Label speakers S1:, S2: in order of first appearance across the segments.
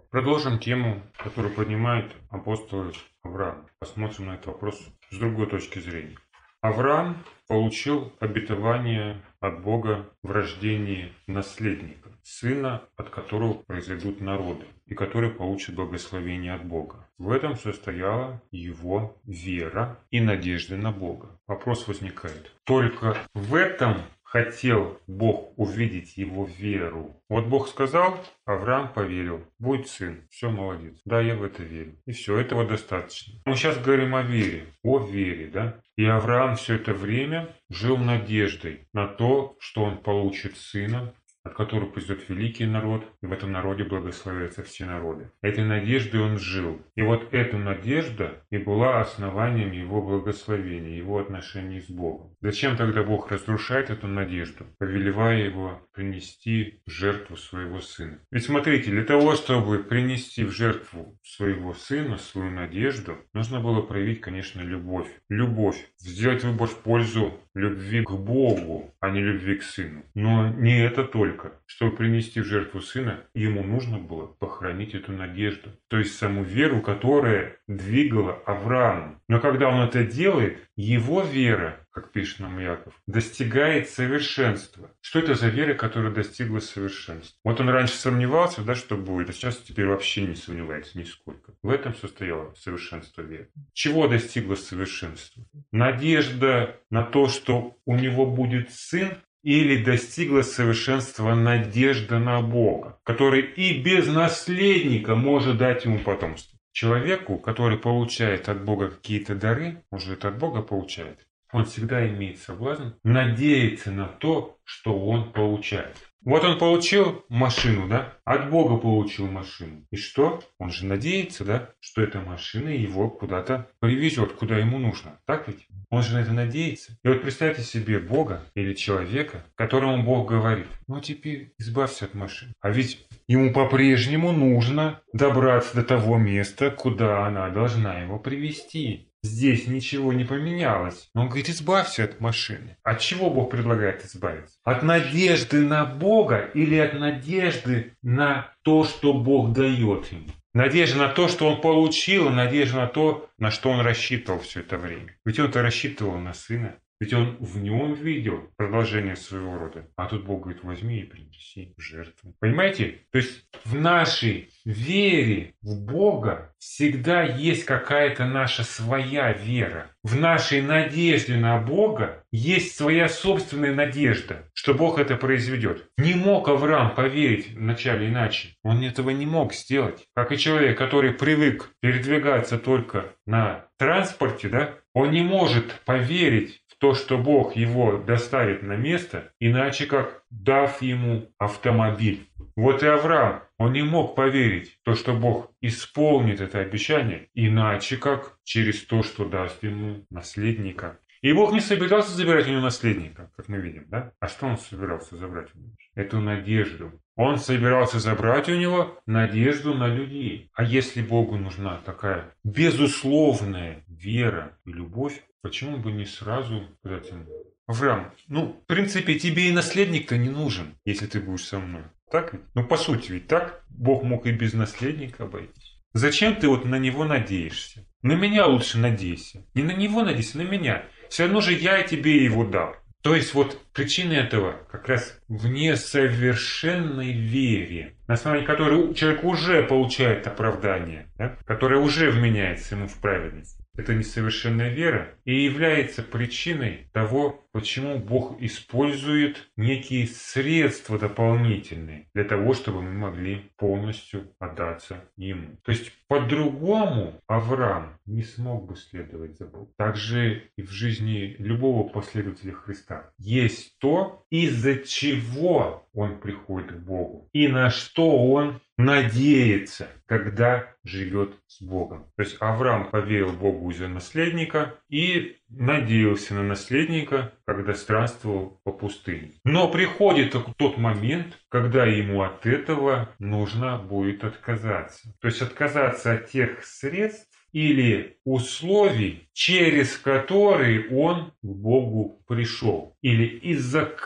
S1: Продолжим тему, которую поднимает апостол Авраам. Посмотрим на этот вопрос с другой точки зрения. Авраам получил обетование от Бога в рождении наследника, сына, от которого произойдут народы, и который получит благословение от Бога. В этом состояла его вера и надежда на Бога. Вопрос возникает: только в этом хотел Бог увидеть его веру? Вот Бог сказал, Авраам поверил, будет сын, все, молодец. Да, я в это верю. И все, этого достаточно. Мы сейчас говорим о вере, да? И Авраам все это время жил надеждой на то, что он получит сына, от которого придет великий народ, и в этом народе благословятся все народы. Этой надеждой он жил. И вот эта надежда и была основанием его благословения, его отношений с Богом. Зачем тогда Бог разрушает эту надежду, повелевая его принести в жертву своего сына? Ведь смотрите, для того, чтобы принести в жертву своего сына, свою надежду, нужно было проявить, конечно, любовь. Любовь. Сделать выбор в пользу любви к Богу, а не любви к сыну. Но не это только. Чтобы принести в жертву сына, ему нужно было похоронить эту надежду. То есть саму веру, которая двигала Авраамом. Но когда он это делает, его вера, как пишет нам Яков, достигает совершенства. Что это за вера, которая достигла совершенства? Вот он раньше сомневался, да, что будет, а сейчас теперь вообще не сомневается нисколько. В этом состояло совершенство веры. Чего достигло совершенства? Надежда на то, что у него будет сын, или достигла совершенства надежда на Бога, который и без наследника может дать ему потомство. Человеку, который получает от Бога какие-то дары, может, от Бога получает, он всегда имеет соблазн надеяться на то, что он получает. Вот он получил машину, да? От Бога получил машину. И что? Он же надеется, да, что эта машина его куда-то привезет, куда ему нужно. Так ведь? Он же на это надеется. И вот представьте себе Бога или человека, которому Бог говорит: ну теперь избавься от машины. А ведь ему по-прежнему нужно добраться до того места, куда она должна его привести. Здесь ничего не поменялось. Он говорит: избавься от машины. От чего Бог предлагает избавиться? От надежды на Бога или от надежды на то, что Бог дает ему? Надежда на то, что он получил, надежда на то, на что он рассчитывал все это время. Ведь он-то рассчитывал на сына. Ведь он в нем видел продолжение своего рода. А тут Бог говорит: возьми и принеси в жертву. Понимаете? То есть в нашей вере в Бога всегда есть какая-то наша своя вера. В нашей надежде на Бога есть своя собственная надежда, что Бог это произведет. Не мог Авраам поверить вначале иначе. Он этого не мог сделать. Как и человек, который привык передвигаться только на транспорте, да, он не может поверить в то, что Бог его доставит на место, иначе как дав ему автомобиль. Вот и Авраам, он не мог поверить в то, что Бог исполнит это обещание, иначе как через то, что даст ему наследника. И Бог не собирался забирать у него наследника, как мы видим, да? А что он собирался забрать у него? Эту надежду. Он собирался забрать у него надежду на людей. А если Богу нужна такая безусловная вера и любовь, почему бы не сразу сказать ему: Авраам, в принципе, тебе и наследник-то не нужен, если ты будешь со мной. Так ведь? По сути ведь так. Бог мог и без наследника обойтись. Зачем ты вот на него надеешься? На меня лучше надейся. Не на него надейся, на меня. Все равно же я тебе его дал. То есть вот причина этого как раз в несовершенной вере, на основании которой человек уже получает оправдание, да? Которое уже вменяется ему в праведность. Это несовершенная вера и является причиной того, почему Бог использует некие средства дополнительные для того, чтобы мы могли полностью отдаться Ему. То есть по-другому Авраам не смог бы следовать за Богом. Также и в жизни любого последователя Христа есть то, из-за чего он приходит к Богу и на что он надеется, когда живет с Богом. То есть Авраам поверил Богу из-за наследника и надеялся на наследника, когда странствовал по пустыне. Но приходит тот момент, когда ему от этого нужно будет отказаться. То есть отказаться от тех средств или условий, через которые он к Богу пришел, или из-за которых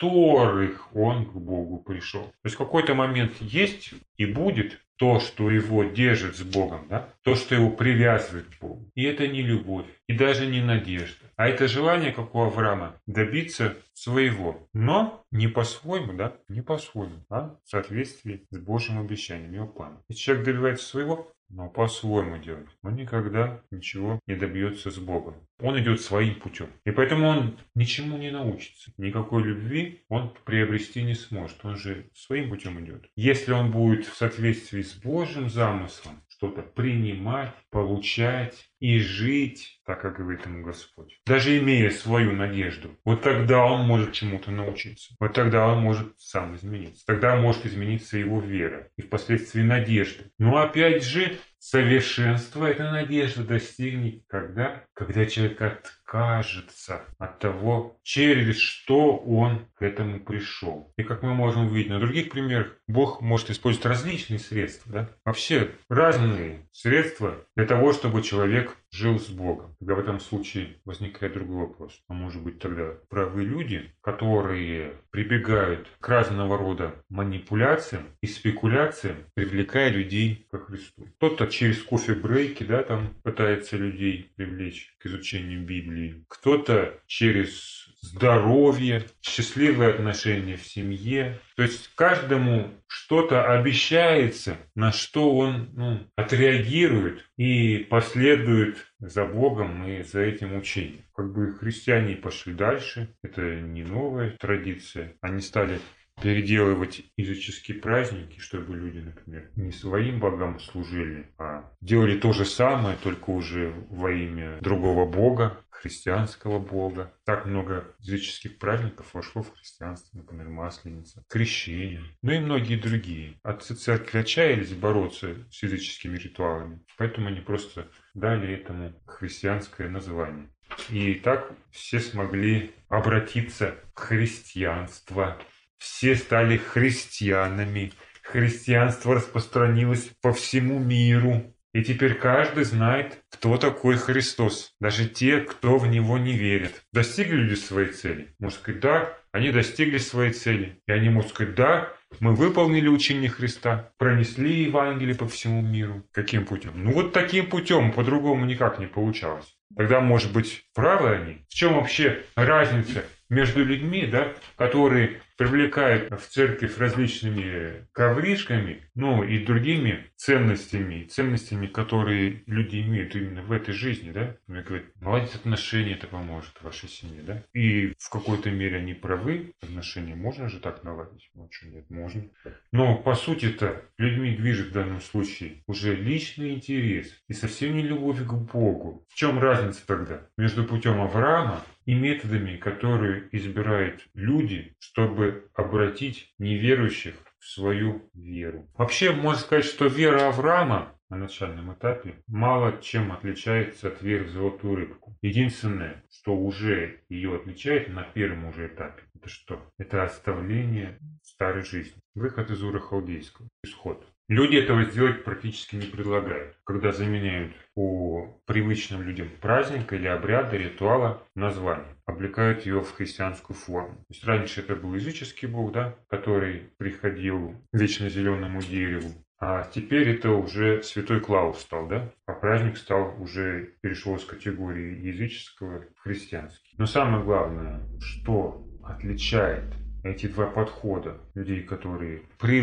S1: которых он к Богу пришел. То есть в какой-то момент есть и будет то, что его держит с Богом, да? То, что его привязывает к Богу. И это не любовь, и даже не надежда. А это желание, как у Авраама, добиться своего. Но не по-своему, да? Не по-своему, а в соответствии с Божьим обещанием, его планом. Если человек добивается своего, но по-своему делать, он никогда ничего не добьется с Богом. Он идет своим путем. И поэтому он ничему не научится. Никакой любви он приобрести не сможет. Он же своим путем идет. Если он будет в соответствии с Божьим замыслом что-то принимать, получать и жить, так как говорит ему Господь, даже имея свою надежду, вот тогда он может чему-то научиться. Вот тогда он может сам измениться. Тогда может измениться его вера и впоследствии надежда. Но опять же, совершенство эта надежда достигнет когда? Когда человек откажется от того, через что он к этому пришел. И как мы можем увидеть на других примерах, Бог может использовать различные средства. Да? Вообще разные средства для того, чтобы человек жил с Богом. Тогда в этом случае возникает другой вопрос. А может быть тогда правы люди, которые прибегают к разного рода манипуляциям и спекуляциям, привлекая людей ко Христу. Кто-то через кофе-брейки, да, там пытается людей привлечь к изучению Библии. Кто-то через здоровье, счастливые отношения в семье. То есть каждому что-то обещается, на что он отреагирует и последует за Богом и за этим учением. Как бы христиане пошли дальше, это не новая традиция. Они стали переделывать языческие праздники, чтобы люди, например, не своим богам служили, а делали то же самое, только уже во имя другого бога, христианского бога. Так много языческих праздников вошло в христианство, например, Масленица, Крещение, ну и многие другие. Отцы церкви отчаялись бороться с языческими ритуалами, поэтому они просто дали этому христианское название. И так все смогли обратиться к христианству. Все стали христианами. Христианство распространилось по всему миру. И теперь каждый знает, кто такой Христос. Даже те, кто в Него не верит. Достигли люди своей цели? Можно сказать, да, они достигли своей цели. И они могут сказать, да, мы выполнили учение Христа, пронесли Евангелие по всему миру. Каким путем? Ну вот таким путем, по-другому никак не получалось. Тогда, может быть, правы они? В чем вообще разница между людьми, да, которые привлекают в церковь различными ковришками, ну и другими ценностями, которые люди имеют именно в этой жизни, да? Мне говорят, наладить отношения это поможет вашей семье, да? И в какой-то мере они правы, отношения можно же так наладить? Ну что, нет, можно. Но по сути-то людьми движет в данном случае уже личный интерес и совсем не любовь к Богу. В чем разница тогда между путем Авраама и методами, которые избирают люди, чтобы обратить неверующих в свою веру? Вообще, можно сказать, что вера Авраама на начальном этапе мало чем отличается от веры в золотую рыбку. Единственное, что уже ее отличает на первом уже этапе, это что? Это оставление старой жизни. Выход из Ура Халдейского. Исход. Люди этого сделать практически не предлагают, когда заменяют по привычным людям праздника или обряда, ритуала название, облекают его в христианскую форму. То есть раньше это был языческий бог, да, который приходил к вечно зеленому дереву, а теперь это уже Святой Клаус стал, да, а праздник стал уже перешел с категории языческого в христианский. Но самое главное, что отличает эти два подхода людей, которые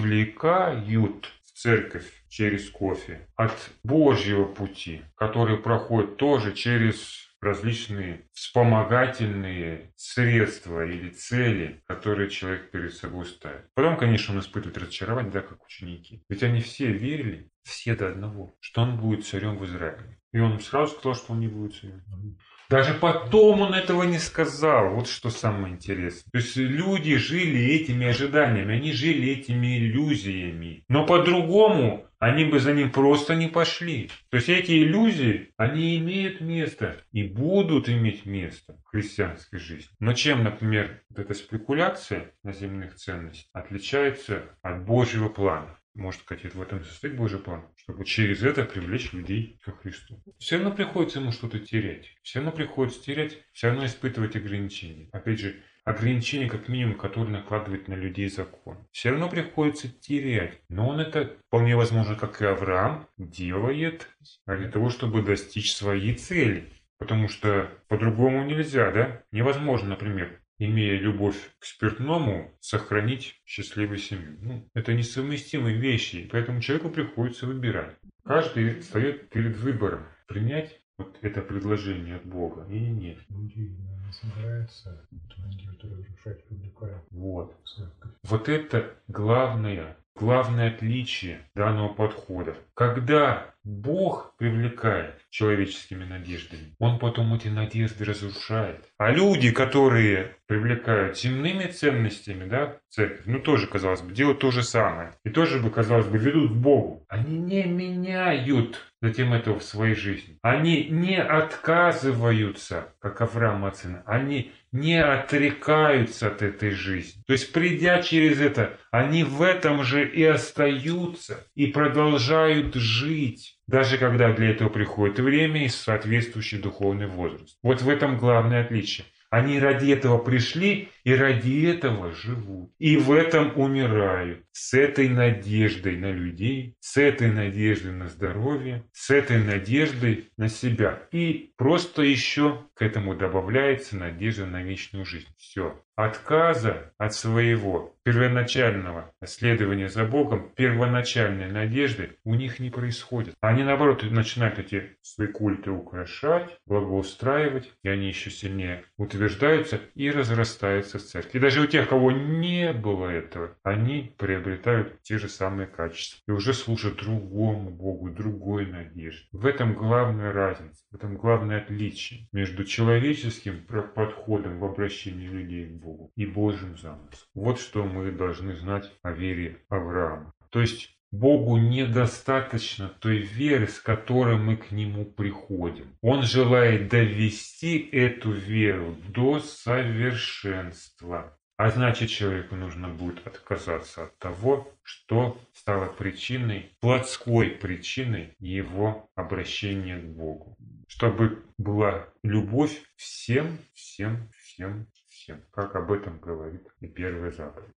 S1: привлекают церковь через кофе, от Божьего пути, который проходит тоже через различные вспомогательные средства или цели, которые человек перед собой ставит. Потом, конечно, он испытывает разочарование, да, как ученики. Ведь они все верили, все до одного, что он будет царем в Израиле. И он им сразу сказал, что он не будет царем. Даже потом он этого не сказал. Вот что самое интересное. То есть люди жили этими ожиданиями, они жили этими иллюзиями. Но по-другому они бы за ним просто не пошли. То есть эти иллюзии, они имеют место и будут иметь место в христианской жизни. Но чем, например, вот эта спекуляция на земных ценностях отличается от Божьего плана? может сказать, в этом состоит Божий план, чтобы через это привлечь людей ко Христу. Все равно приходится ему что-то терять. Все равно приходится терять, все равно испытывать ограничения. Опять же, ограничения, как минимум, которые накладывает на людей закон. Все равно приходится терять. Но он это, вполне возможно, как и Авраам, делает для того, чтобы достичь своей цели. Потому что по-другому нельзя, да? Невозможно, например, имея любовь к спиртному, сохранить счастливую семью. Это несовместимые вещи, и поэтому человеку приходится выбирать. Каждый встает перед выбором, принять вот это предложение от Бога или нет.
S2: Люди не собираются, они разрушать привлекают.
S1: Вот. Вот это главное отличие данного подхода. Когда Бог привлекает человеческими надеждами, Он потом эти надежды разрушает. А люди, которые привлекают земными ценностями, да, церковь, тоже, казалось бы, делают то же самое. И тоже бы, казалось бы, ведут к Богу. Они не меняют затем этого в своей жизни. Они не отказываются, как Авраам от сына. Они не отрекаются от этой жизни. То есть, придя через это, они в этом же и остаются, и продолжают жить. Даже когда для этого приходит время и соответствующий духовный возраст. Вот в этом главное отличие. Они ради этого пришли и ради этого живут. И в этом умирают. С этой надеждой на людей, с этой надеждой на здоровье, с этой надеждой на себя. И просто еще к этому добавляется надежда на вечную жизнь. Все. Отказа от своего первоначального следования за Богом, первоначальной надежды у них не происходит. Они, наоборот, начинают эти свои культы украшать, благоустраивать, и они еще сильнее утверждаются и разрастаются в церкви. И даже у тех, кого не было этого, они приобретают те же самые качества. И уже служат другому Богу, другой надежде. В этом главная разница, в этом главное отличие между человеческим подходом в обращении людей к Богу и Божьим замыслом. Вот что мы должны знать о вере Авраама. То есть Богу недостаточно той веры, с которой мы к Нему приходим. Он желает довести эту веру до совершенства. А значит, человеку нужно будет отказаться от того, что стало причиной, плотской причиной его обращения к Богу. Чтобы была любовь всем, как об этом говорит и первая заповедь.